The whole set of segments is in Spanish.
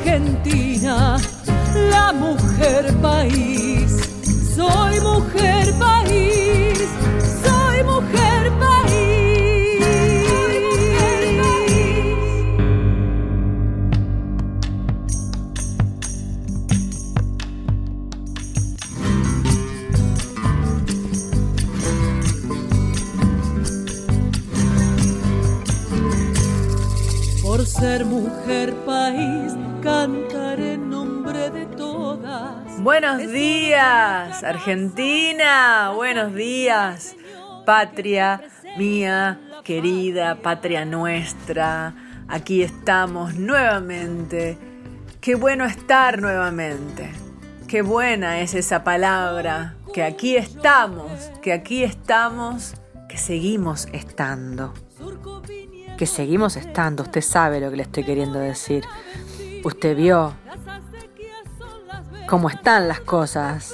Argentina, la mujer país. Soy mujer país, soy mujer país. Soy mujer país. Por ser mujer país, cantaré en nombre de todas. Buenos días, Argentina. Buenos días, patria mía, querida, patria nuestra. Aquí estamos nuevamente. Qué bueno estar nuevamente. Qué buena es esa palabra. Que aquí estamos, que seguimos estando. Que seguimos estando. Usted sabe lo que le estoy queriendo decir. Usted vio cómo están las cosas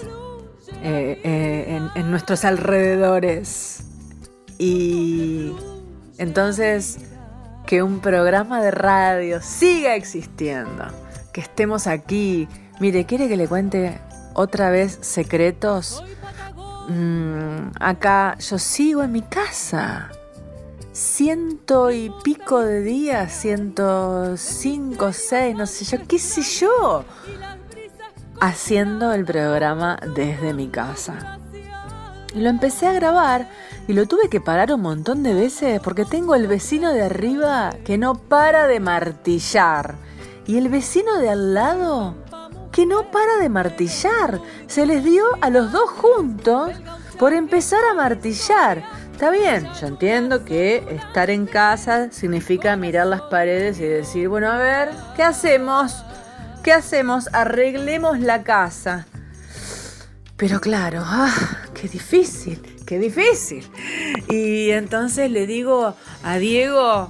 en nuestros alrededores. Y entonces, que un programa de radio siga existiendo, que estemos aquí. Mire, ¿quiere que le cuente otra vez secretos? Acá yo sigo en mi casa. 100 y pico de días, 105, 6, no sé yo, qué sé yo, haciendo el programa desde mi casa. Lo empecé a grabar y lo tuve que parar un montón de veces porque tengo el vecino de arriba que no para de martillar y el vecino de al lado que no para de martillar. Se les dio a los dos juntos por empezar a martillar. Está bien, yo entiendo que estar en casa significa mirar las paredes y decir, bueno, a ver, ¿qué hacemos? ¿Qué hacemos? Arreglemos la casa. Pero claro, qué difícil. Y entonces le digo a Diego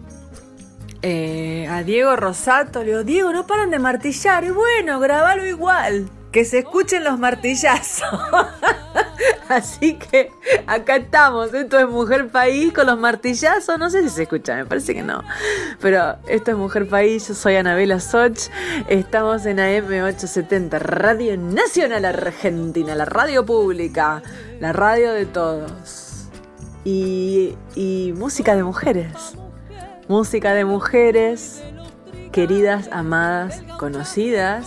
Rosato, le digo, Diego, no paran de martillar. Y bueno, grabalo igual, que se escuchen los martillazos. Así que acá estamos, esto es Mujer País con los martillazos, no sé si se escucha, me parece que no, pero esto es Mujer País, yo soy Anabela Soch, estamos en AM870, Radio Nacional Argentina, la radio pública, la radio de todos, y música de mujeres, queridas, amadas, conocidas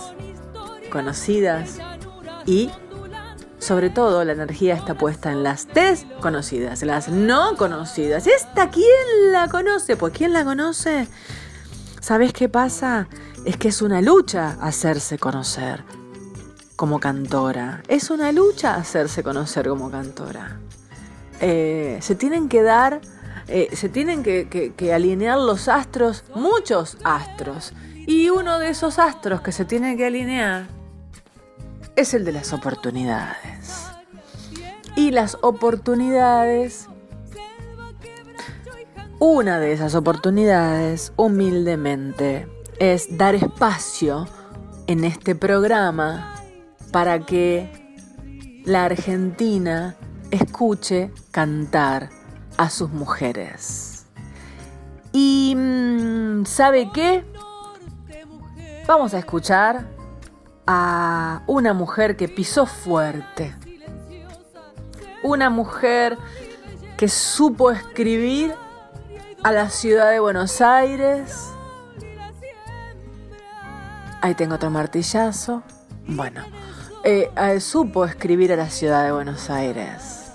y sobre todo la energía está puesta en las desconocidas, las no conocidas. ¿Esta quién la conoce? Pues ¿quién la conoce? ¿Sabés qué pasa? Es que es una lucha hacerse conocer como cantora. Es una lucha hacerse conocer como cantora. Se tienen que alinear los astros, muchos astros. Y uno de esos astros que se tiene que alinear es el de las oportunidades. Y las oportunidades, una de esas oportunidades, humildemente, es dar espacio en este programa para que la Argentina escuche cantar a sus mujeres. Y ¿sabe qué? Vamos a escuchar a una mujer que pisó fuerte, una mujer que supo escribir a la ciudad de Buenos Aires. Ahí tengo otro martillazo. Bueno, supo escribir a la ciudad de Buenos Aires,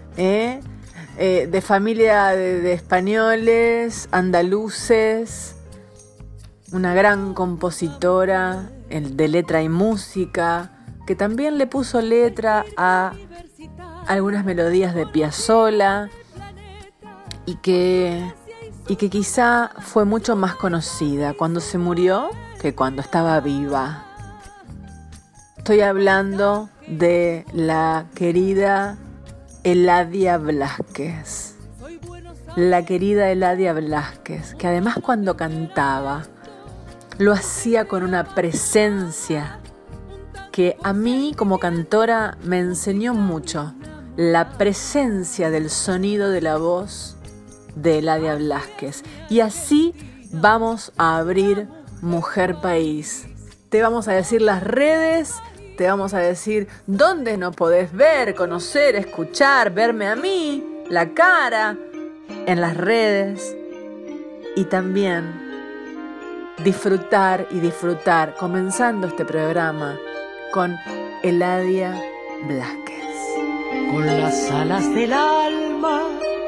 de familia de españoles, andaluces, una gran compositora de letra y música, que también le puso letra a algunas melodías de Piazzolla y que quizá fue mucho más conocida cuando se murió que cuando estaba viva. Estoy hablando de la querida Eladia Blasquez. La querida Eladia Blasquez, que además cuando cantaba lo hacía con una presencia que a mí como cantora me enseñó mucho. La presencia del sonido de la voz de Eladia Blasquez. Y así vamos a abrir Mujer País te vamos a decir las redes, te vamos a decir dónde nos podés ver, conocer, escuchar, verme a mí, la cara, en las redes. Y también disfrutar y disfrutar, comenzando este programa con Eladia Blasquez. Con las alas del alma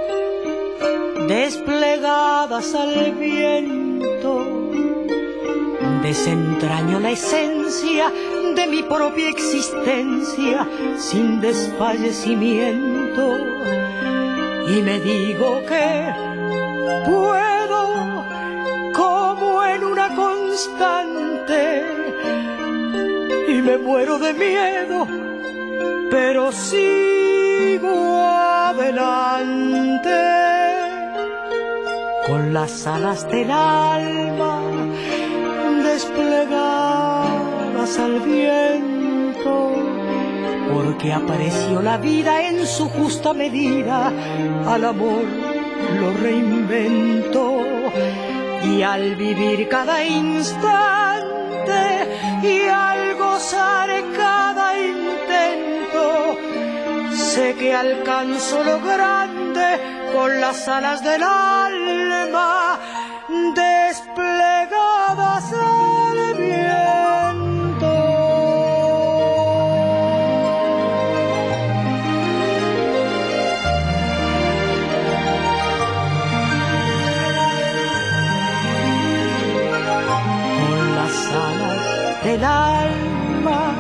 desplegadas al viento, desentraño la esencia de mi propia existencia sin desfallecimiento, y me digo que puedo, como en una constante, y me muero de miedo, pero sigo adelante. Con las alas del alma desplegadas al viento, porque aprecio la vida en su justa medida, al amor lo reinvento, y al vivir cada instante y al gozar cada intento, sé que alcanzo lo grande con las alas del alma desplegadas al viento. Con las alas del alma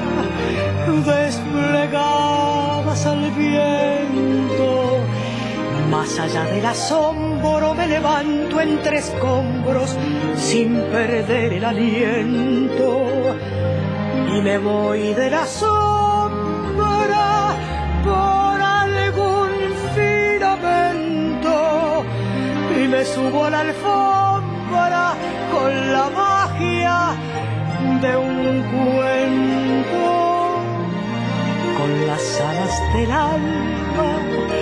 desplegadas al viento, más allá del asombro me levanto entre escombros sin perder el aliento, y me voy de la sombra por algún filamento, y me subo a la alfombra con la magia de un cuento. Con las alas del alma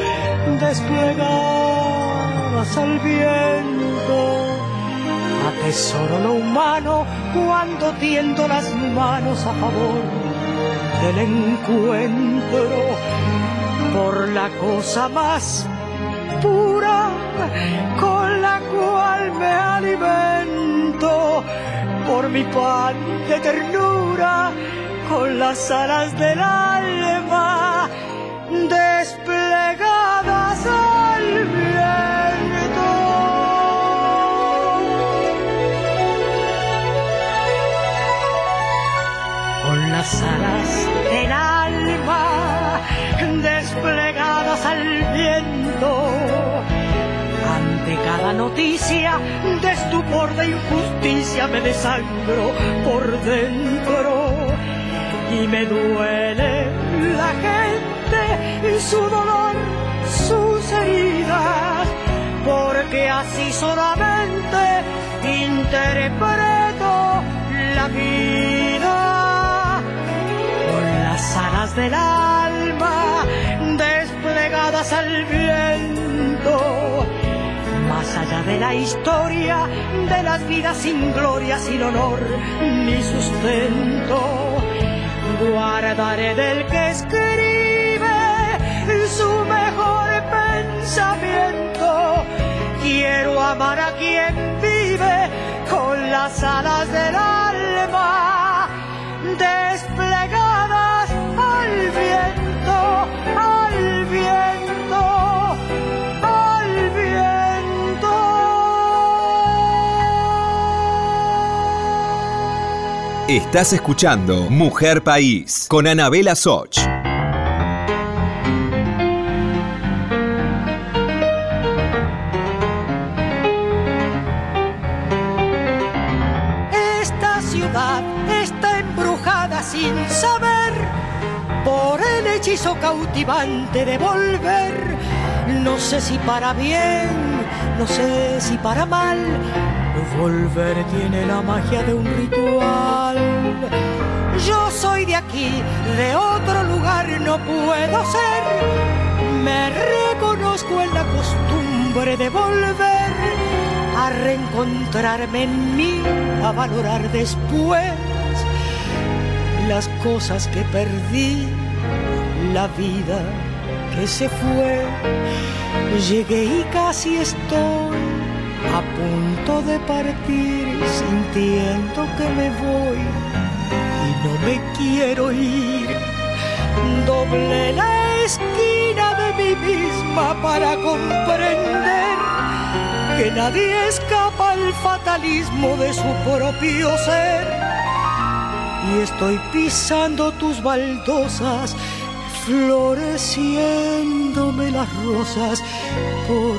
desplegadas al viento, atesoro lo humano cuando tiendo las manos a favor del encuentro, por la cosa más pura con la cual me alimento, por mi pan de ternura, con las alas del alma desplegadas al viento. Con las alas del alma desplegadas al viento, ante cada noticia de estupor, de injusticia, me desangro por dentro, y me duele la gente y su dolor, sus heridas, porque así solamente interpreto la vida. Con las alas del alma desplegadas al viento, más allá de la historia, de las vidas sin gloria, sin honor ni sustento, guardaré del que escribe su mejor pensamiento. Quiero amar a quien vive con las alas del alma desplegadas al viento, al viento, al viento. Estás escuchando Mujer País con Anabela Soch. Esta ciudad está embrujada sin saber por el hechizo cautivante de volver. No sé si para bien, no sé si para mal, volver tiene la magia de un ritual. Yo soy de aquí, de otro lugar no puedo ser. Me reconozco en la costumbre de volver a reencontrarme en mí, a valorar después las cosas que perdí, la vida que se fue. Llegué y casi estoy a punto de partir, sintiendo que me voy y no me quiero ir. Doblé la esquina de mí misma para comprender que nadie escapa al fatalismo de su propio ser. Y estoy pisando tus baldosas, floreciéndome las rosas por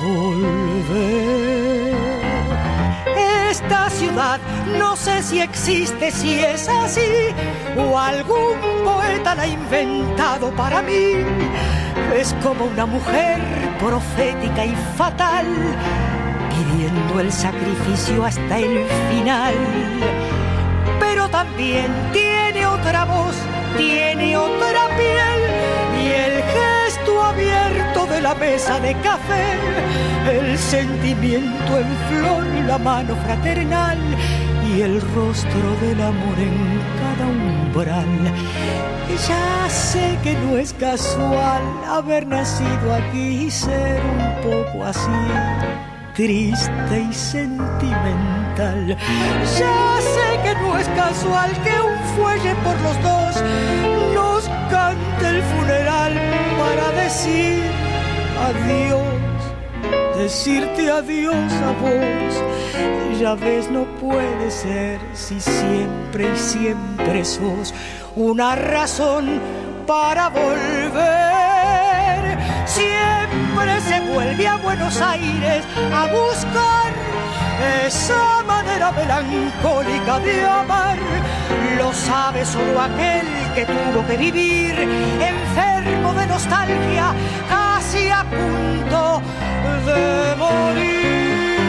volver. Esta ciudad no sé si existe, si es así, o algún poeta la ha inventado para mí. Es como una mujer profética y fatal, pidiendo el sacrificio hasta el final. Pero también tiene otra voz, tiene otra piel, y el gesto abierto de la mesa de café, el sentimiento en flor, la mano fraternal y el rostro del amor en cada umbral. Ya sé que no es casual haber nacido aquí y ser un poco así, triste y sentimental. Ya sé que no es casual que un fuelle por los dos nos cante el funeral para decir adiós, decirte adiós a vos. Ya ves, no puede ser si siempre y siempre sos una razón para volver. Siempre se vuelve a Buenos Aires a buscar esa manera melancólica de amar. Lo sabe solo aquel que tuvo que vivir enfermo de nostalgia, casi a punto de morir.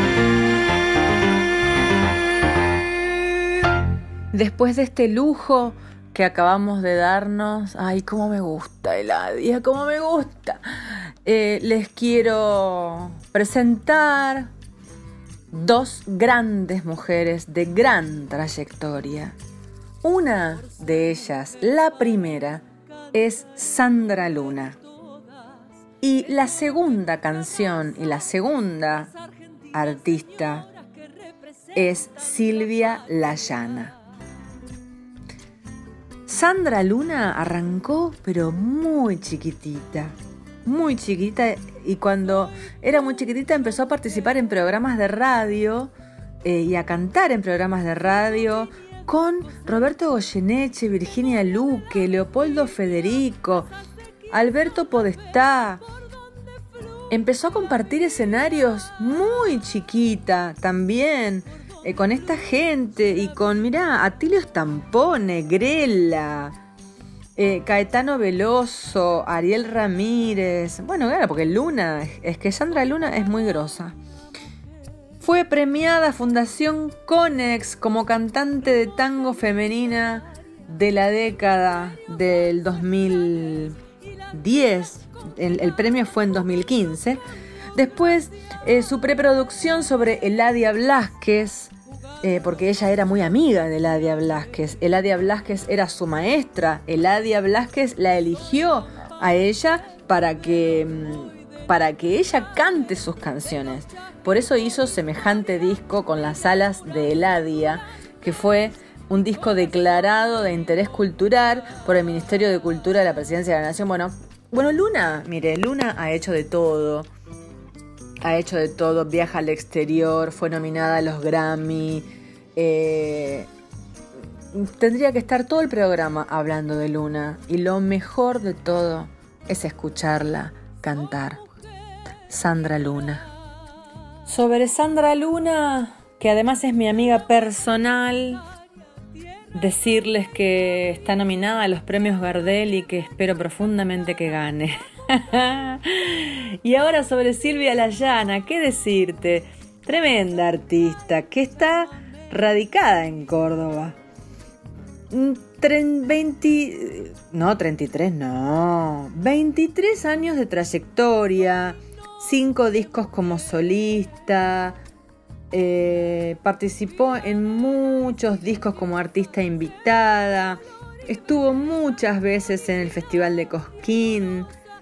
Después de este lujo que acabamos de darnos, ay, cómo me gusta Eladia, cómo me gusta. Les quiero presentar dos grandes mujeres de gran trayectoria. Una de ellas, la primera, es Sandra Luna. Y la segunda canción y la segunda artista es Silvia La Llana. Sandra Luna arrancó pero muy chiquitita, y cuando era muy chiquitita empezó a participar en programas de radio y a cantar en programas de radio con Roberto Goyeneche, Virginia Luque, Leopoldo Federico, Alberto Podestá. Empezó a compartir escenarios muy chiquita también, con esta gente y con, mirá, Atilio Stampone, Grela, Caetano Veloso, Ariel Ramírez. Bueno, claro, porque Luna, es que Sandra Luna es muy grosa. Fue premiada Fundación Conex como cantante de tango femenina de la década del 2010. El premio fue en 2015. Después, su preproducción sobre Eladia Blasquez, porque ella era muy amiga de Eladia Blasquez. Eladia Blasquez era su maestra. Eladia Blasquez la eligió a ella para que ella cante sus canciones. Por eso hizo semejante disco con las alas de Eladia, que fue un disco declarado de interés cultural por el Ministerio de Cultura de la Presidencia de la Nación. Bueno, Luna, mire, Luna ha hecho de todo. Viaja al exterior, fue nominada a los Grammy. Tendría que estar todo el programa hablando de Luna. Y lo mejor de todo es escucharla cantar. Sandra Luna. Sobre Sandra Luna, que además es mi amiga personal, decirles que está nominada a los premios Gardel y que espero profundamente que gane. Y ahora sobre Silvia La Llana, ¿qué decirte? Tremenda artista que está radicada en Córdoba. 23 años de trayectoria, 5 discos como solista, participó en muchos discos como artista invitada, estuvo muchas veces en el Festival de Cosquín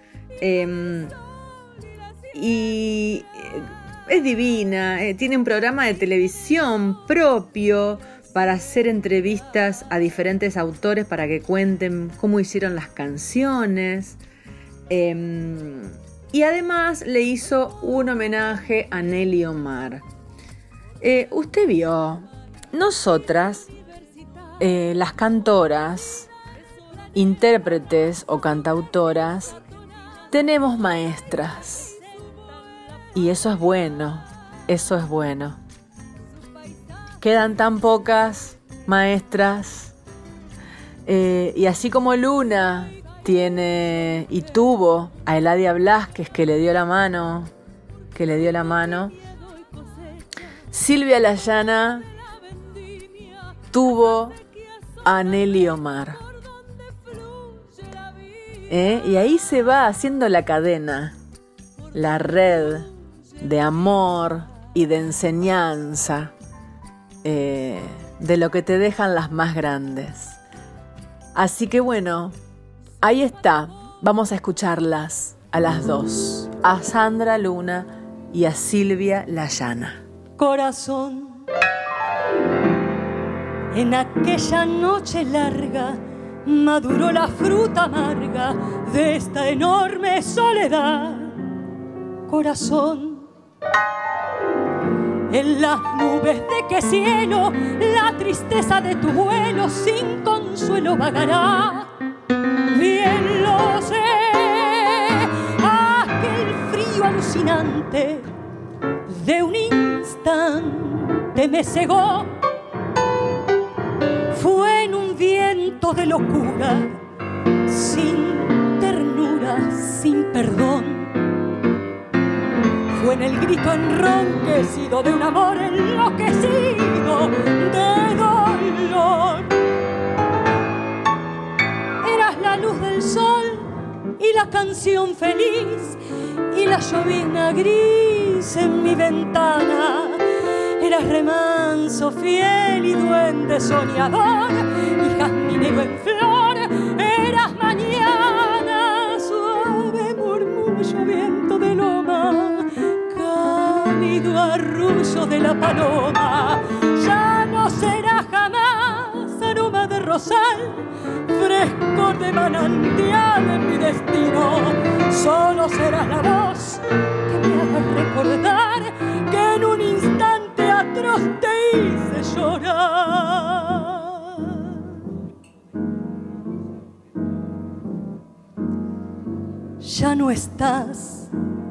y es divina, tiene un programa de televisión propio para hacer entrevistas a diferentes autores para que cuenten cómo hicieron las canciones. Y además le hizo un homenaje a Nelly Omar. Usted vio, nosotras, las cantoras, intérpretes o cantautoras, tenemos maestras. Y eso es bueno, eso es bueno. Quedan tan pocas maestras. Y así como Luna tiene y tuvo a Eladia Blasquez que le dio la mano, Silvia Layana tuvo a Nelly Omar. Y ahí se va haciendo la cadena, la red de amor y de enseñanza de lo que te dejan las más grandes. Así que bueno, ahí está. Vamos a escucharlas a las dos, a Sandra Luna y a Silvia Layana. Corazón, en aquella noche larga maduró la fruta amarga de esta enorme soledad. Corazón, en las nubes de qué cielo la tristeza de tu vuelo sin consuelo vagará. Bien lo sé, aquel frío alucinante de un instante me cegó. Fue en un viento de locura, sin ternura, sin perdón. Fue en el grito enronquecido de un amor enloquecido de dolor. Eras la luz del sol y la canción feliz y la llovizna gris en mi ventana. Eras remanso fiel y duende soñador y jazminero en flor. Eras mañana, suave murmullo, viento de loma, cálido arrullo de la paloma. Ya no será jamás aroma de rosal, frescor de manantial en mi destino. Solo serás la voz que me haga recordar que en un instante atroz te hice llorar. Ya no estás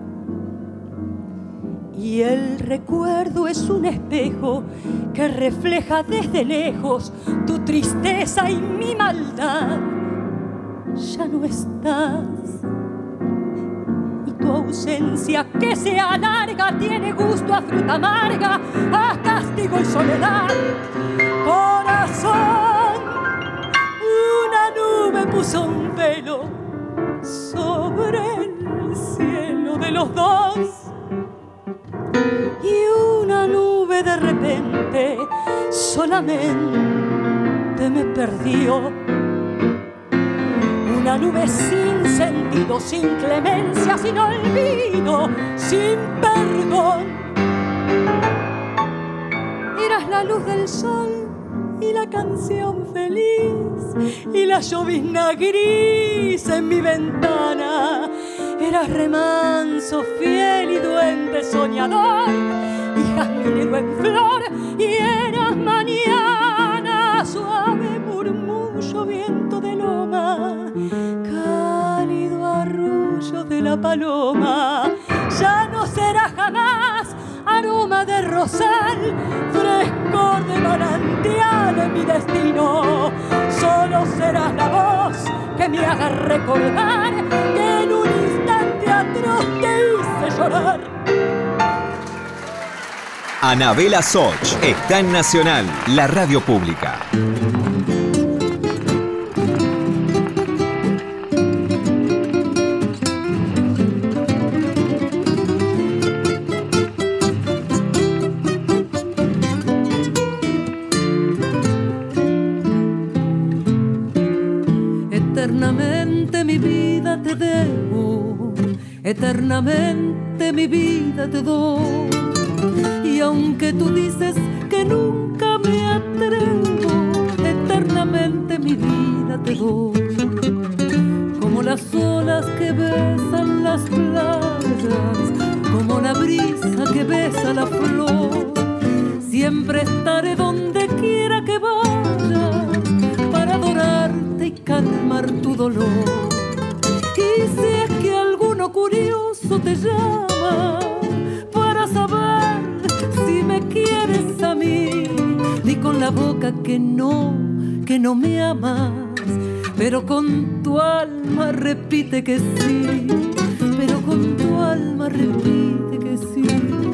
y el recuerdo es un espejo que refleja desde lejos tu tristeza y mi maldad. Ya no estás y tu ausencia que se alarga tiene gusto a fruta amarga, a castigo y soledad. Corazón, una nube puso un velo sobre el cielo de los dos y una nube de repente solamente me perdió. Una nube sin sentido, sin clemencia, sin olvido, sin perdón. Eras la luz del sol y la canción feliz y la llovizna gris en mi ventana. Eras remanso fiel y duende soñador y jazminero en flor. Y eras mañana, suave murmullo, viento de loma, cálido arrullo de la paloma. Ya no será jamás aroma de rosal, frescor de manantial en mi destino. Solo serás la voz que me haga recordar que en un instante atroz te hice llorar. Anabela Soch está en Nacional, la radio pública. Eternamente mi vida te debo, eternamente mi vida te doy. Y aunque tú dices que nunca me atrevo, eternamente mi vida te doy. Como las olas que besan las playas, como la brisa que besa la flor, siempre estaré donde quiera que vayas para adorarte y calmar tu dolor. Y si es que alguno curioso te llama para saber si me quieres a mí, di con la boca que no me amas, pero con tu alma repite que sí, pero con tu alma repite que sí.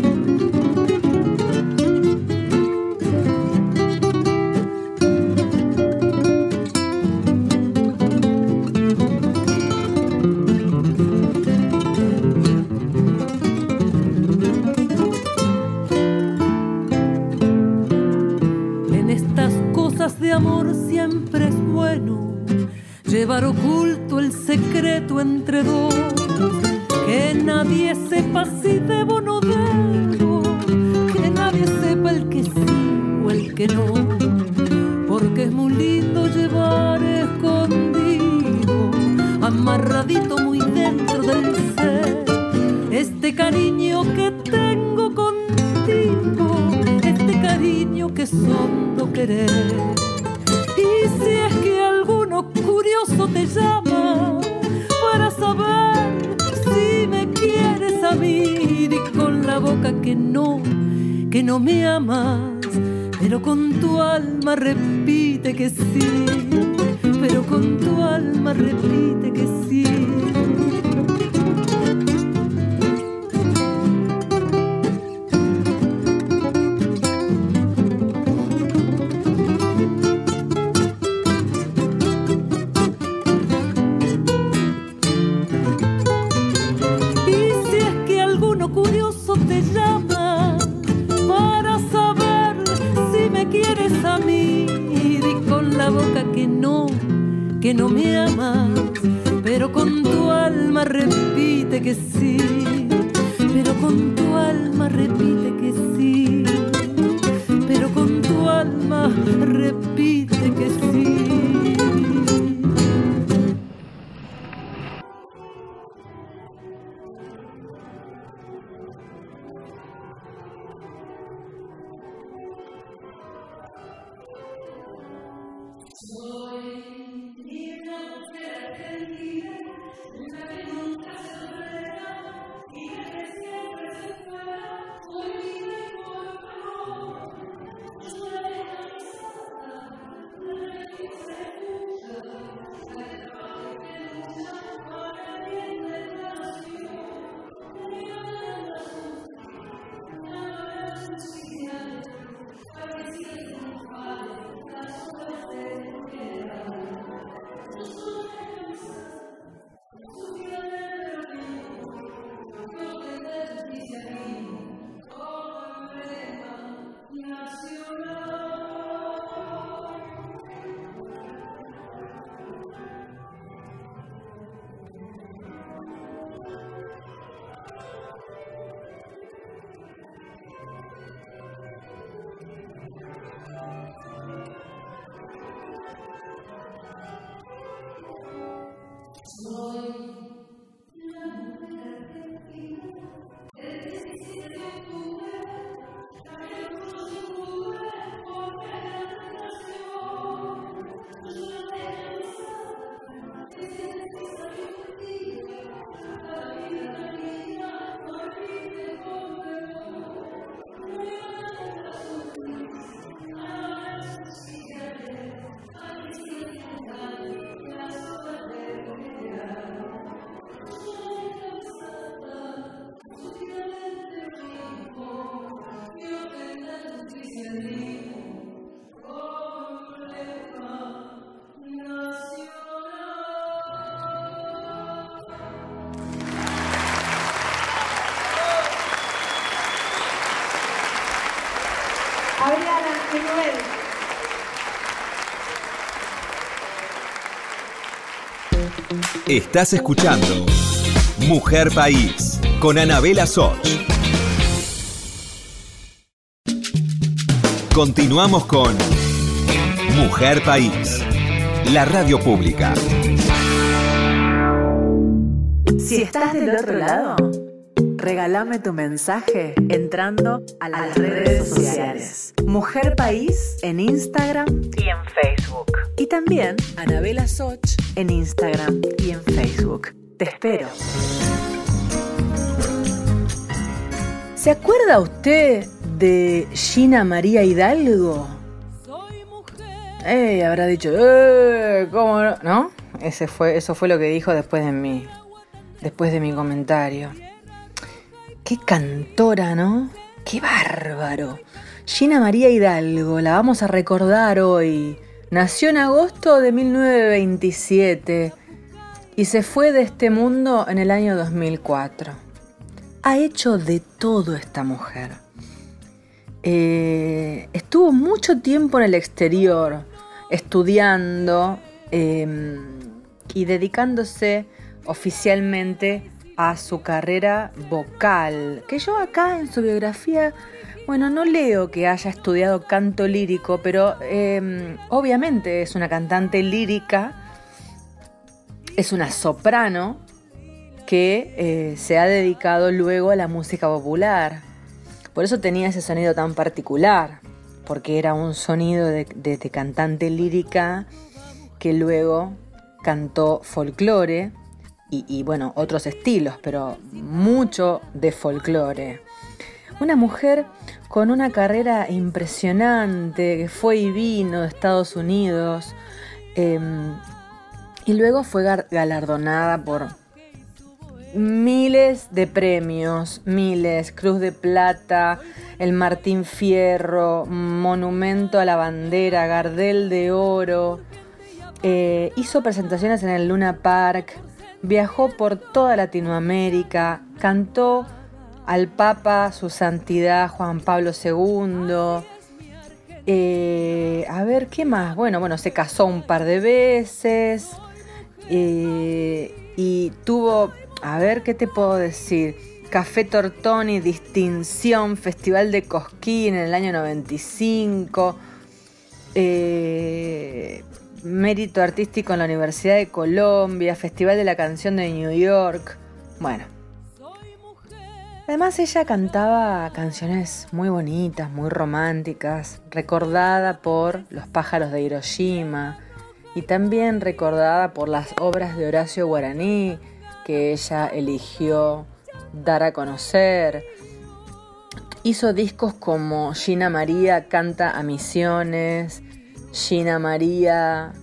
De amor siempre es bueno llevar oculto el secreto entre dos, que nadie sepa si debo o no debo, que nadie sepa el que sí o el que no, porque es muy lindo llevar escondido, amarradito muy dentro del ser, este cariño que tengo contigo, este cariño que es hondo querer. Y si es que alguno curioso te llama para saber si me quieres a mí, di con la boca que no me amas, pero con tu alma repite que sí, pero con tu alma repite que sí. Que no me amas, pero con tu alma repite que sí, pero con tu alma repite que sí, pero con tu alma repite que sí. Estás escuchando Mujer País con Anabela Soch. Continuamos con Mujer País, la radio pública. Si estás del otro lado, regálame tu mensaje entrando a las redes sociales. Mujer País en Instagram y en Facebook. Y también Anabela Soch en Instagram y en Facebook. Te espero. ¿Se acuerda usted de Gina María Hidalgo? Habrá dicho, ¿cómo no? ¿No? Eso fue lo que dijo después de mi comentario. Qué cantora, ¿no? ¡Qué bárbaro! Gina María Hidalgo, la vamos a recordar hoy. Nació en agosto de 1927 y se fue de este mundo en el año 2004. Ha hecho de todo esta mujer. Estuvo mucho tiempo en el exterior, estudiando y dedicándose oficialmente a su carrera vocal, que yo acá en su biografía, bueno, no leo que haya estudiado canto lírico, pero obviamente es una cantante lírica, es una soprano que se ha dedicado luego a la música popular. Por eso tenía ese sonido tan particular, porque era un sonido de cantante lírica que luego cantó folclore y bueno, otros estilos, pero mucho de folclore. Una mujer con una carrera impresionante, que fue y vino de Estados Unidos, y luego fue galardonada por miles de premios, Cruz de Plata, el Martín Fierro, Monumento a la Bandera, Gardel de Oro. Hizo presentaciones en el Luna Park, viajó por toda Latinoamérica, cantó al Papa, su Santidad Juan Pablo II. A ver, ¿qué más? Bueno, se casó un par de veces y tuvo, a ver, ¿qué te puedo decir? Café Tortoni, distinción, Festival de Cosquín en el año 95, mérito artístico en la Universidad de Colombia, Festival de la Canción de New York. Bueno, además ella cantaba canciones muy bonitas, muy románticas, recordada por Los pájaros de Hiroshima y también recordada por las obras de Horacio Guaraní que ella eligió dar a conocer. Hizo discos como Gina María canta a Misiones, Gina María,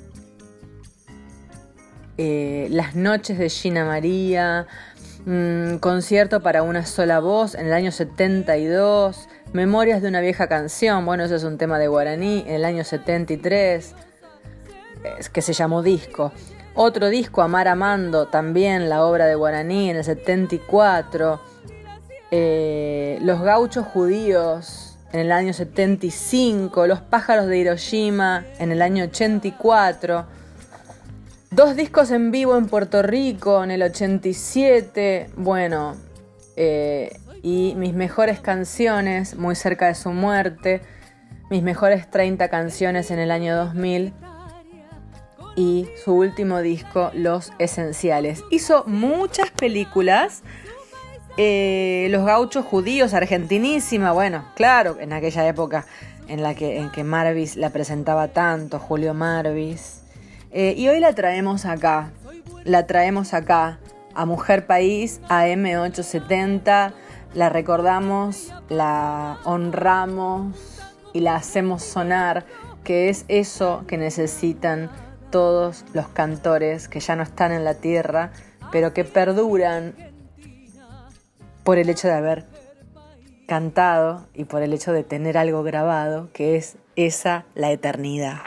Las noches de Gina María, concierto para una sola voz en el año 72, Memorias de una vieja canción, bueno, ese es un tema de Guaraní, en el año 73, que se llamó disco. Otro disco, Amar Amando, también la obra de Guaraní en el 74. Los gauchos judíos en el año 75. Los pájaros de Hiroshima en el año 84. 2 discos en vivo en Puerto Rico en el 87. Bueno, y mis mejores canciones, muy cerca de su muerte. Mis mejores 30 canciones en el año 2000. Y su último disco, Los Esenciales. Hizo muchas películas. Los gauchos judíos, argentinísima. Bueno, claro, en aquella época en que Marvis la presentaba tanto, Julio Marvis. Y hoy la traemos acá. A Mujer País, AM870. La recordamos, la honramos y la hacemos sonar, que es eso que necesitan todos los cantores que ya no están en la tierra, pero que perduran por el hecho de haber cantado y por el hecho de tener algo grabado, que es esa la eternidad.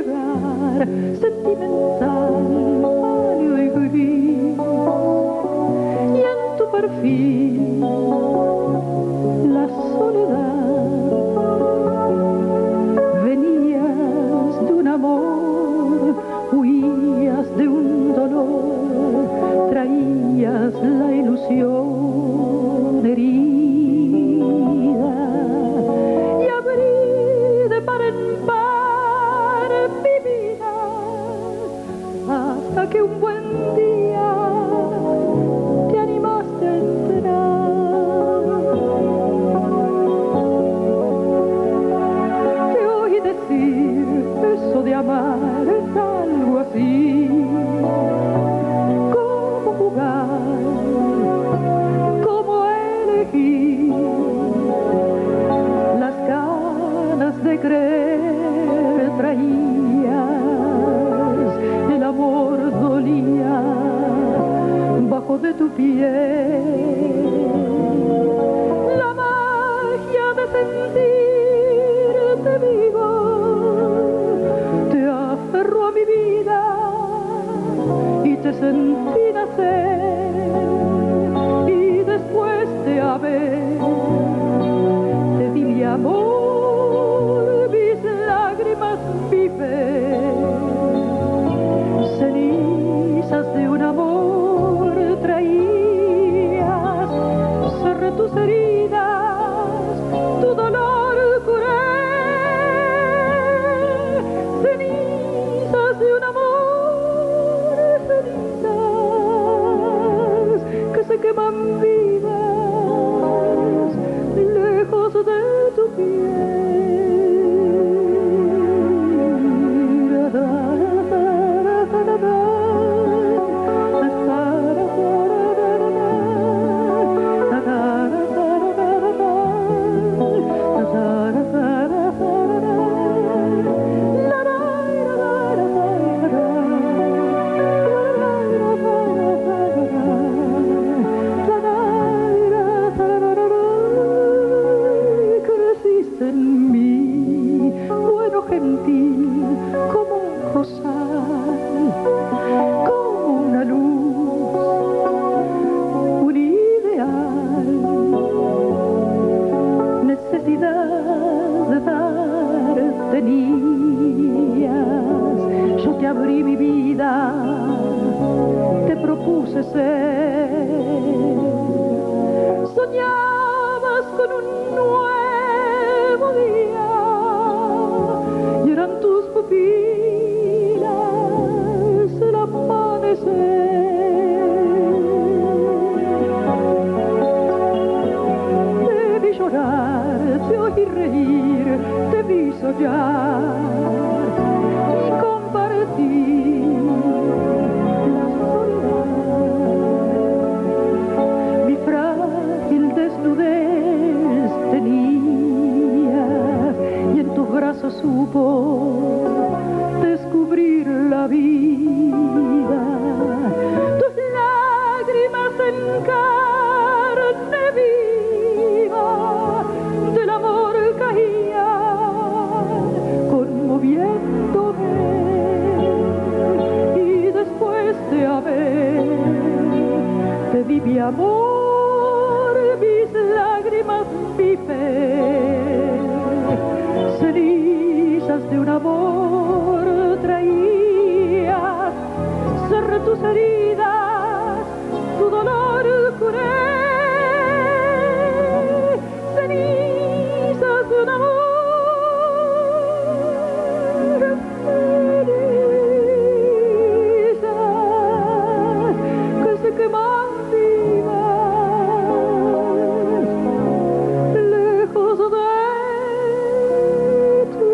llegar, sentimental, pálido y gris, y en tu perfil la soledad. Venías de un amor, huías de un dolor, traías la ilusión herida, y abrí de par en par mi vida, hasta que un buen día te animaste a entrar. Te oí decir eso de amar es algo así, cómo jugar, cómo elegir, las ganas de creer traías, el amor dolía bajo de tu piel, la magia de sentirte vivo te aferró a mi vida y te sentí nacer, y después de haber te di mi amor, mis lágrimas viven, cenizas de un amor traías, cerré tus heridas, tu dolor curé, cenizas de un amor, cenizas que se queman vivas lejos de tu piel. Creciste en mí, bueno gentil, como un rosal, como una luz, un ideal, necesidad de dar tenías, yo te abrí mi vida, te propuse ser, soñabas con un nuevo día, y eran tus pupilas el amanecer. Te vi llorar, te oí reír, te vi soñar y compartir la soledad. Mi frágil desnudez tenías, y en tus brazos supo descubrir la vida, tus lágrimas en carne viva del amor caían, conmoviéndome, y después de haber te di mi amor, mis lágrimas viven, cenizas de un amor traías, cerré tus heridas, tu dolor curé, cenizas de un amor, cenizas que se queman vivas lejos de tu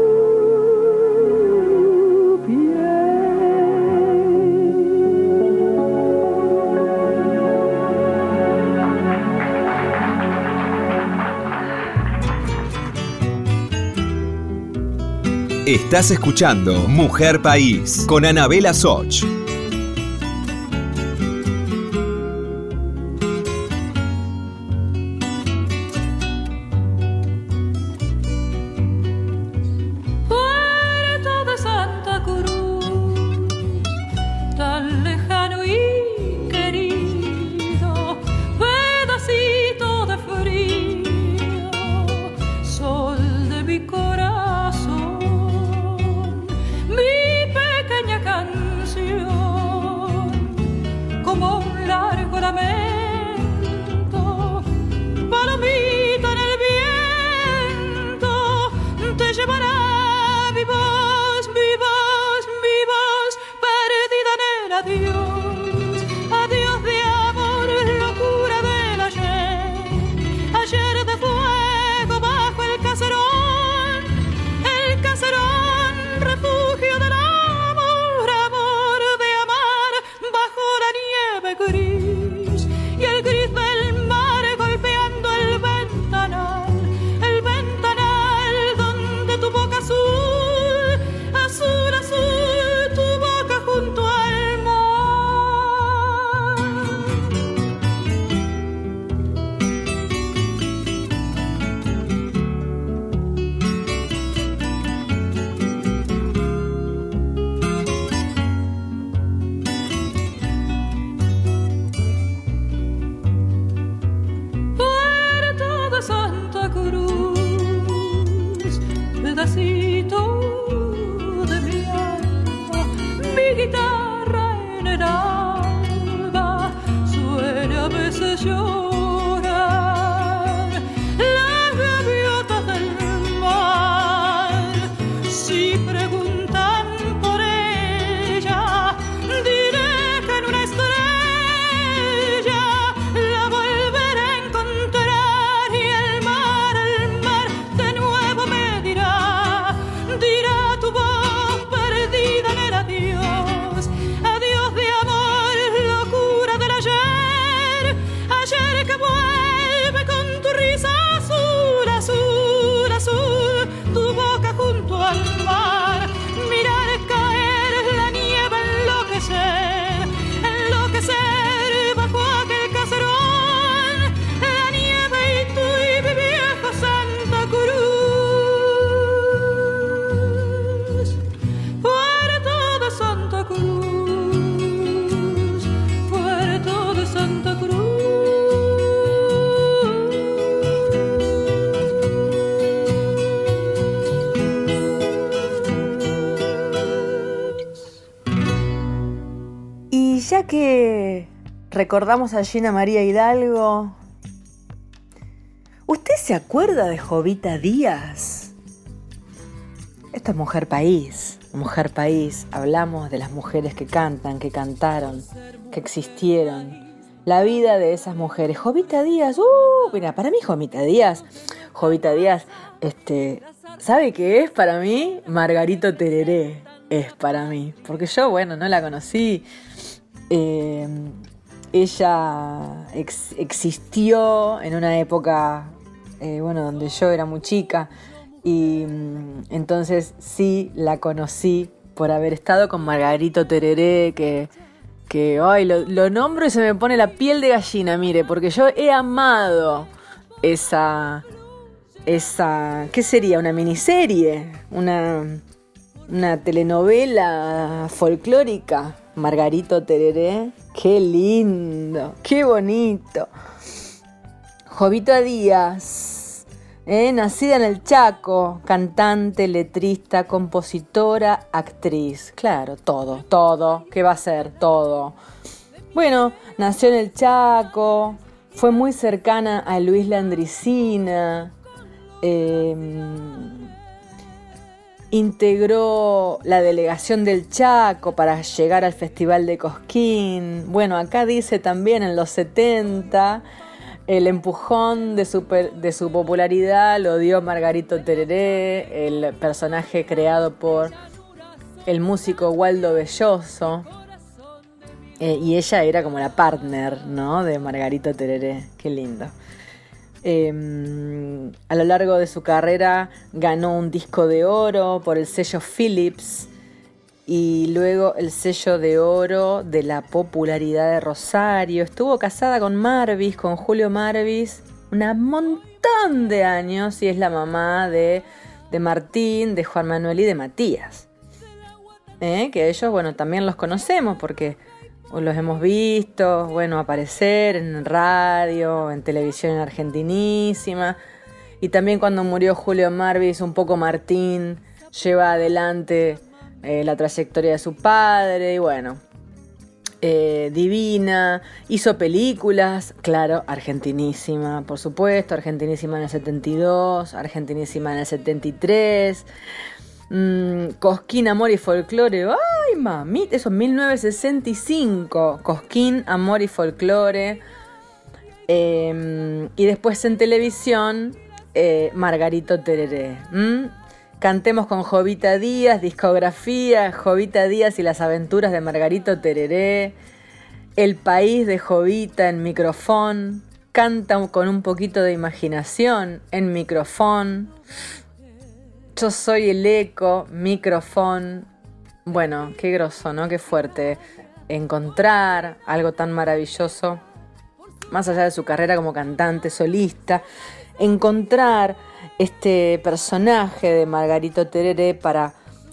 Estás escuchando Mujer País con Anabela Soch. Puerto de Santa mi guitarra en el alba suele a veces llorar las gaviotas del mar. Si preguntan por ella, diré que en una estrella la volveré a encontrar, y el mar de nuevo me dirá tu voz perdida en el adiós, adiós de amor, locura del ayer, ayer que vuelve con tu risa azul, azul, azul, tu boca junto al mar, mirar caer la nieve, enloquecer bajo aquel caserón, la nieve y tú y mi viejo Santa Cruz, puerto de Santa Cruz, puerto de Santa Cruz. Y ya que recordamos a Gina María Hidalgo, ¿usted se acuerda de Jovita Díaz? Esto es Mujer País. Mujer País, hablamos de las mujeres que cantan, que cantaron, que existieron. La vida de esas mujeres. Jovita Díaz, mira, para mí Jovita Díaz, ¿sabe qué es para mí? Margarito Tereré es para mí. Porque yo, bueno, no la conocí. Ella existió en una época, donde yo era muy chica, y entonces sí la conocí por haber estado con Margarito Tereré, que ay, lo nombro y se me pone la piel de gallina, mire, porque yo he amado esa ¿qué sería? ¿Una miniserie? ¿Una telenovela folclórica? Margarito Tereré, qué lindo, qué bonito. Jovita Díaz, nacida en el Chaco, cantante, letrista, compositora, actriz. Claro, todo, ¿qué va a ser? Todo. Bueno, nació en el Chaco, fue muy cercana a Luis Landricina, integró la delegación del Chaco para llegar al Festival de Cosquín. Bueno, acá dice también en los 70, el empujón de su popularidad lo dio Margarito Tereré, el personaje creado por el músico Waldo Belloso. Y ella era como la partner, ¿no?, de Margarito Tereré. Qué lindo. A lo largo de su carrera ganó un disco de oro por el sello Philips y luego el sello de oro de la popularidad de Rosario. Estuvo casada con Julio Marvis, un montón de años, y es la mamá de Martín, de Juan Manuel y de Matías. Que ellos, bueno, también los conocemos porque los hemos visto, aparecer en radio, en televisión en Argentinísima. Y también cuando murió Julio Marvis, un poco Martín lleva adelante la trayectoria de su padre. Y divina, hizo películas, claro, Argentinísima, por supuesto, Argentinísima en el 72, Argentinísima en el 73... Cosquín, Amor y Folclore. Ay, mamita, eso es 1965. Cosquín, Amor y Folclore. Y después en televisión, Margarito Tereré. Cantemos con Jovita Díaz, discografía, Jovita Díaz y las aventuras de Margarito Tereré. El país de Jovita en micrófono. Canta con un poquito de imaginación en micrófono. Yo soy el eco, micrófono. Bueno, qué groso, ¿no? Qué fuerte encontrar algo tan maravilloso, más allá de su carrera como cantante solista, encontrar este personaje de Margarito Tereré para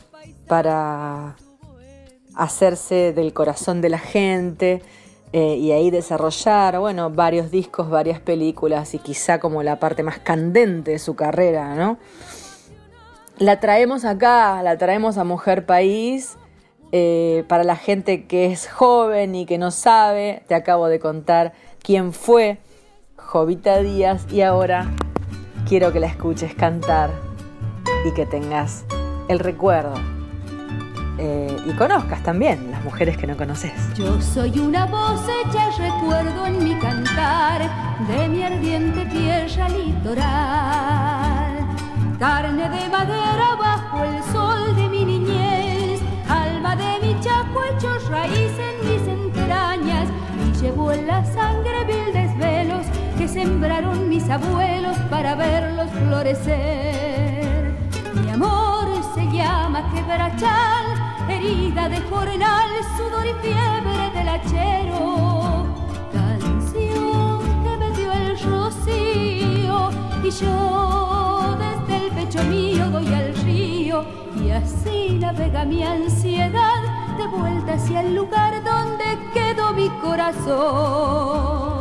hacerse del corazón de la gente y ahí desarrollar, varios discos, varias películas y quizá como la parte más candente de su carrera, ¿no? La traemos acá, la traemos a Mujer País Para la gente que es joven y que no sabe, te acabo de contar quién fue Jovita Díaz y ahora quiero que la escuches cantar y que tengas el recuerdo y conozcas también las mujeres que no conoces. Yo soy una voz hecha recuerdo en mi cantar de mi ardiente tierra litoral, carne de madera bajo el sol de mi niñez, alma de mi chaco hecho raíz en mis entrañas, y llevo en la sangre vil desvelos que sembraron mis abuelos para verlos florecer. Mi amor se llama quebrachal, herida de jornal, sudor y fiebre del hachero, canción que me dio el rocío, y yo desde el pecho mío doy al río, y así navega mi ansiedad de vuelta hacia el lugar donde quedó mi corazón.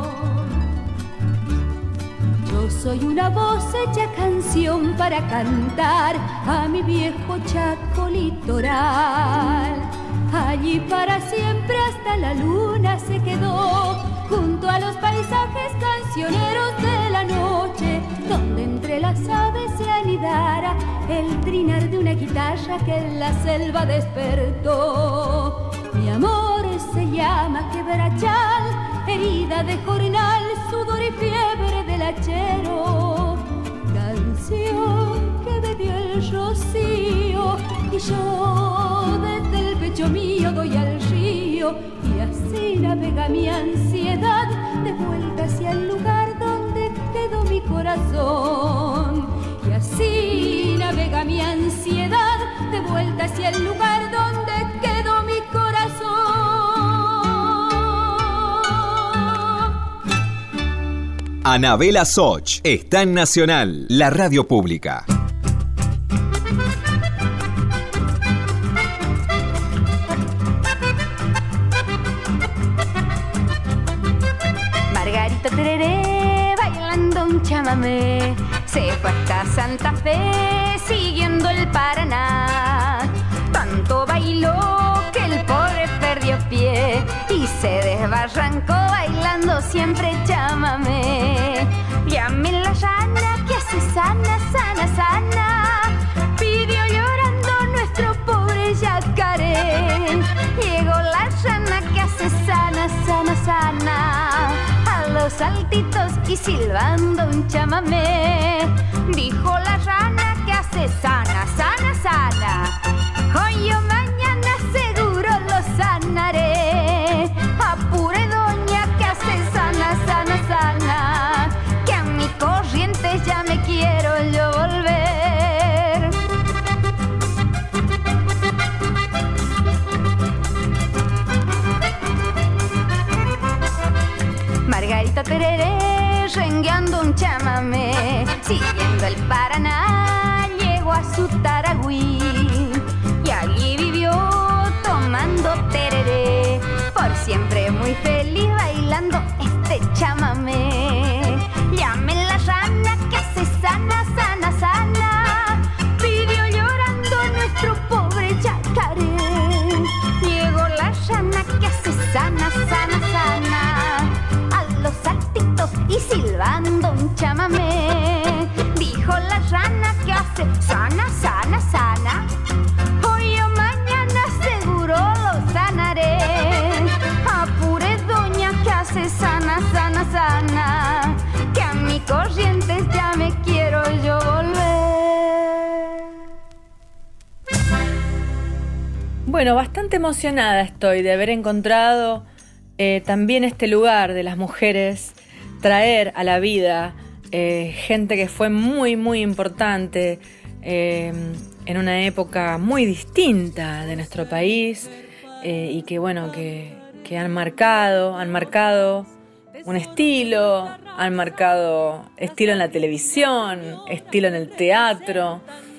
Yo soy una voz hecha canción para cantar a mi viejo Chaco litoral. Allí para siempre hasta la luna se quedó, junto a los paisajes cancioneros de la noche, donde entre las aves se anidara el trinar de una guitarra que en la selva despertó. Mi amor se llama quebrachal, herida de jornal, sudor y fiebre del hachero, canción que me dio el rocío, y yo desde el pecho mío doy al río, y así navega mi ansiedad de vuelta hacia el lugar donde quedó mi corazón. Y así navega mi ansiedad de vuelta hacia el lugar donde quedó mi corazón. Anabela Soch está en Nacional, la radio pública. Margarita Tereré bailando un chamamé, se fue hasta Santa Fe siguiendo el Paraná. Tanto bailó que el pobre perdió pie y se desbarrancó bailando siempre chamamé. Llame la llana que hace sana, sana, sana, pidió llorando nuestro pobre yacaré. Llegó la llana que hace sana, sana, sana, a los saltitos y silbando un chamamé. Dijo la rana que hace sana, sana, sana, hoy o mañana seguro lo sanaré. Apure doña que hace sana, sana, sana, que a mi corriente ya me quiero yo volver. Margarita Tereré rengueando un chamamé, siguiendo el Paraná llegó a su Taragüí, y allí vivió tomando tereré, por siempre muy feliz bailando este chamamé. Llamen la rana que hace sana, sana, sana, pidió llorando nuestro pobre yacaré. Llegó la rana que hace sana, sana, sana, a los saltitos y silbando un chamamé. Dijo la rana que hace sana, sana, sana, hoy o mañana seguro lo sanaré. Apure doña que hace sana, sana, sana, que a mi corrientes ya me quiero yo volver. Bueno, bastante emocionada estoy de haber encontrado también este lugar de las mujeres, traer a la vida gente que fue muy, muy importante en una época muy distinta de nuestro país y que, bueno, que han marcado un estilo, han marcado estilo en la televisión, estilo en el teatro,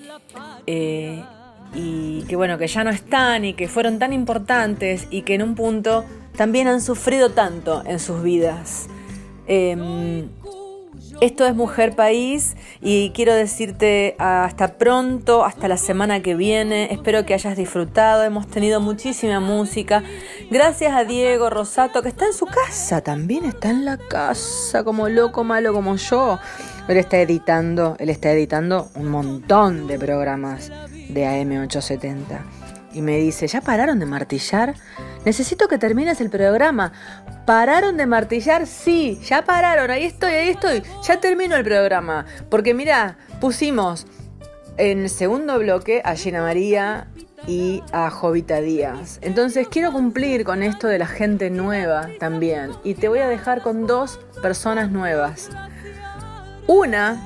y que, bueno, que ya no están y que fueron tan importantes y que en un punto también han sufrido tanto en sus vidas. Esto es Mujer País y quiero decirte hasta pronto, hasta la semana que viene. Espero que hayas disfrutado. Hemos tenido muchísima música. Gracias a Diego Rosato, que está en su casa, también está en la casa, como loco, malo como yo. Él está editando un montón de programas de AM870. Y me dice, ¿ya pararon de martillar? Necesito que termines el programa. ¿Pararon de martillar? Sí, ya pararon, ahí estoy. Ya termino el programa. Porque mira, pusimos en el segundo bloque a Gina María y a Jovita Díaz. Entonces quiero cumplir con esto de la gente nueva también. Y te voy a dejar con 2 personas nuevas. Una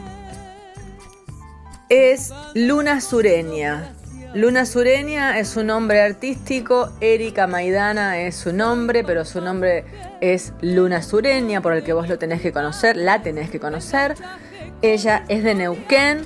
es Luna Sureña. Luna Sureña es su nombre artístico, Erika Maidana es su nombre, pero su nombre es Luna Sureña, por el que vos la tenés que conocer. Ella es de Neuquén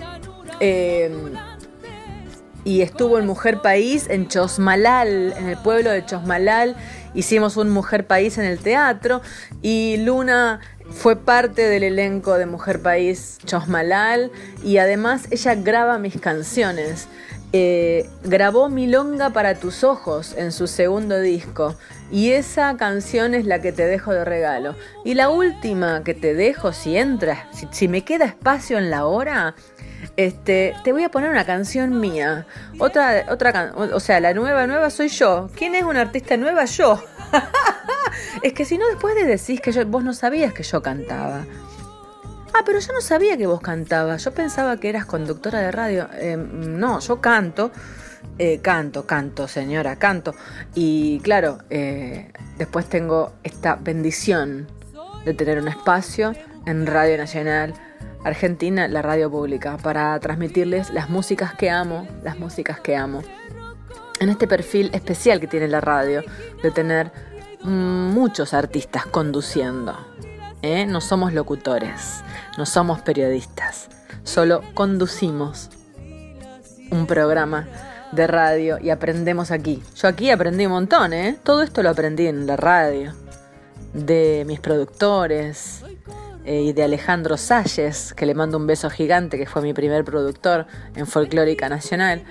y estuvo en Mujer País en Chosmalal, en el pueblo de Chosmalal. Hicimos un Mujer País en el teatro y Luna fue parte del elenco de Mujer País Chosmalal y además ella graba mis canciones. Grabó Milonga para tus ojos en su segundo disco y esa canción es la que te dejo de regalo. Y la última que te dejo, si entras, si me queda espacio en la hora, te voy a poner una canción mía. O sea, la nueva soy yo. ¿Quién es una artista nueva? Yo. Es que si no, después de decís que vos no sabías que yo cantaba. Pero yo no sabía que vos cantabas. Yo pensaba que eras conductora de radio. No, yo canto, señora, canto. Y claro, después tengo esta bendición de tener un espacio en Radio Nacional Argentina, la radio pública, para transmitirles las músicas que amo. En este perfil especial que tiene la radio, de tener muchos artistas conduciendo. No somos locutores, no somos periodistas, solo conducimos un programa de radio y aprendemos aquí. Yo aquí aprendí un montón, todo esto lo aprendí en la radio, de mis productores y de Alejandro Salles, que le mando un beso gigante, que fue mi primer productor en Folclórica Nacional.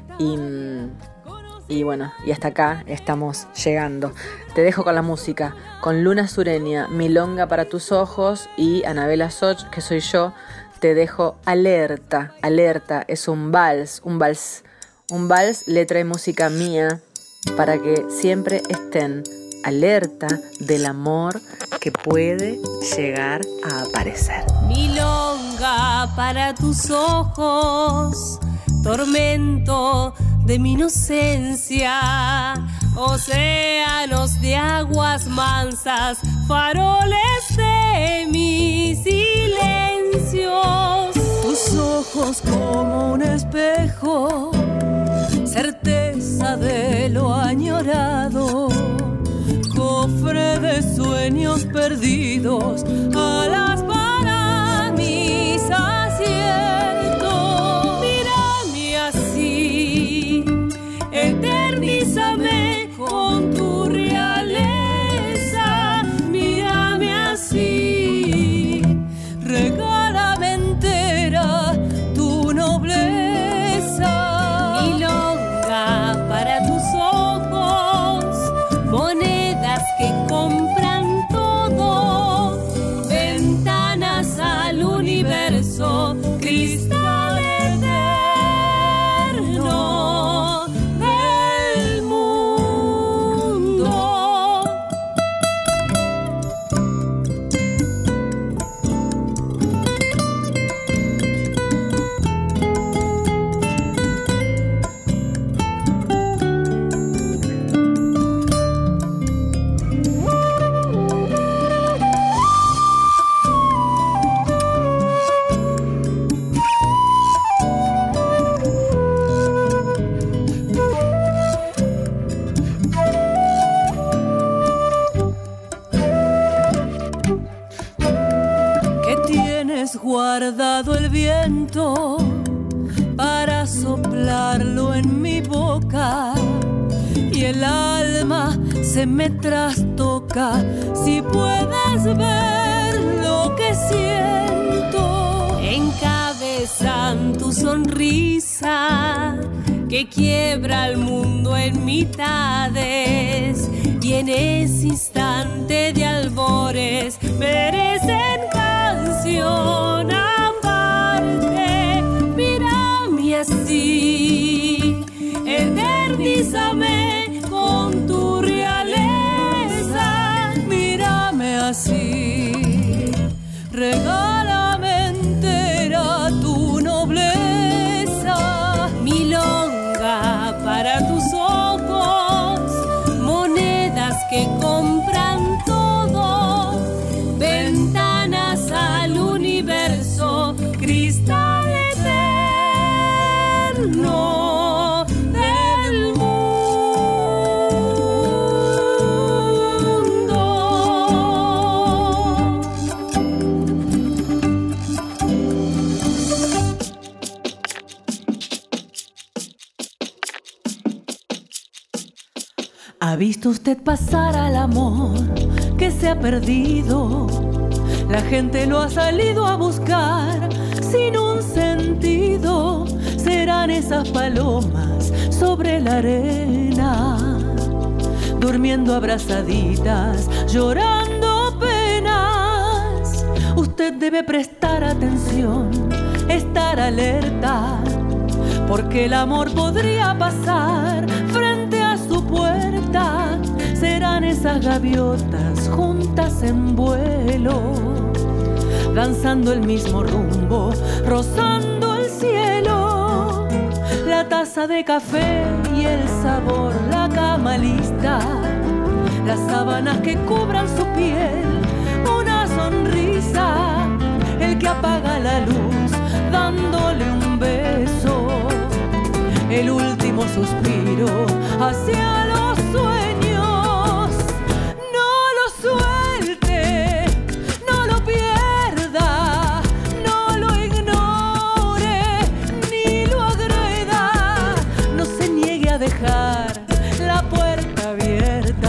Y bueno, y hasta acá estamos llegando. Te dejo con la música, con Luna Sureña, Milonga para tus ojos, y Anabela Soch, que soy yo, te dejo Alerta. Alerta es un vals, letra y música mía, para que siempre estén alerta del amor que puede llegar a aparecer. Milonga para tus ojos, tormento de mi inocencia, océanos de aguas mansas, faroles de mis silencios. Tus ojos como un espejo, certeza de lo añorado, cofre de sueños perdidos, alas para mis asientos. Mírame así, eternízame con tu realeza. Mírame así, regálame entera tu nobleza. Milonga para tus ojos, monedas que compran todo, ventanas al universo, cristal eterno del mundo. Guardado el viento para soplarlo en mi boca, y el alma se me trastoca si puedes verlo lo que siento. Encabezan tu sonrisa que quiebra el mundo en mitades, y en ese instante de albores merecen canción aparte. Mírame así, eternízame con tu realeza. Mírame así, regálame entera tu nobleza. Milonga para tus ojos, monedas que compran todo, ventanas al universo, cristal eterno del mundo. ¿Ha visto usted pasar al amor que se ha perdido? La gente lo ha salido a buscar sin un sentido. Serán esas palomas sobre la arena, durmiendo abrazaditas, llorando penas. Usted debe prestar atención, estar alerta, porque el amor podría pasar frente a su puerta. Serán esas gaviotas juntas en vuelo, danzando el mismo rumbo, rozando el cielo. La taza de café y el sabor, la cama lista, las sábanas que cubran su piel, una sonrisa, el que apaga la luz dándole un beso, el último suspiro hacia los sueños. No lo suelte, no lo pierda, no lo ignore, ni lo agreda. No se niegue a dejar la puerta abierta.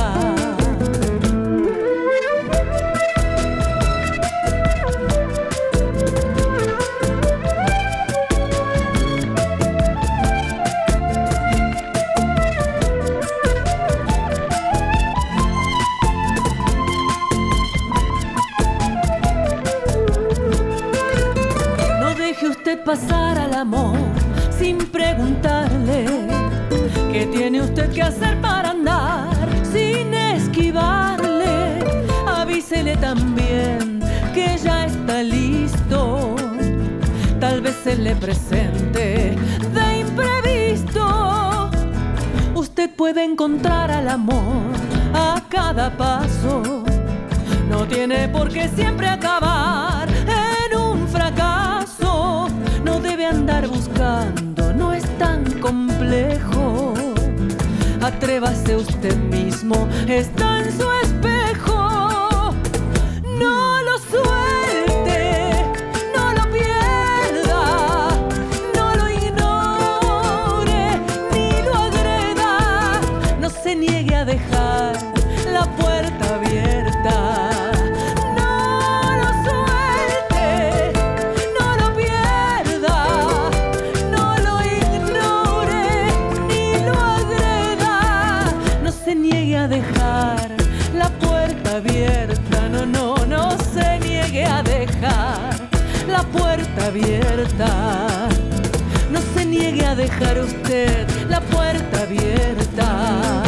Pasar al amor sin preguntarle qué tiene usted que hacer para andar sin esquivarle. Avísele también que ya está listo, tal vez se le presente de imprevisto. Usted puede encontrar al amor a cada paso, no tiene por qué siempre acabar en un fracaso. No debe andar buscando, no es tan complejo. Atrévase usted mismo, está en su espejo. No lo suelte, no lo pierda, no lo ignore, ni lo agreda. No se niegue a dejar la puerta abierta. Dejar la puerta abierta, no se niegue a dejar la puerta abierta. No se niegue a dejar usted la puerta abierta.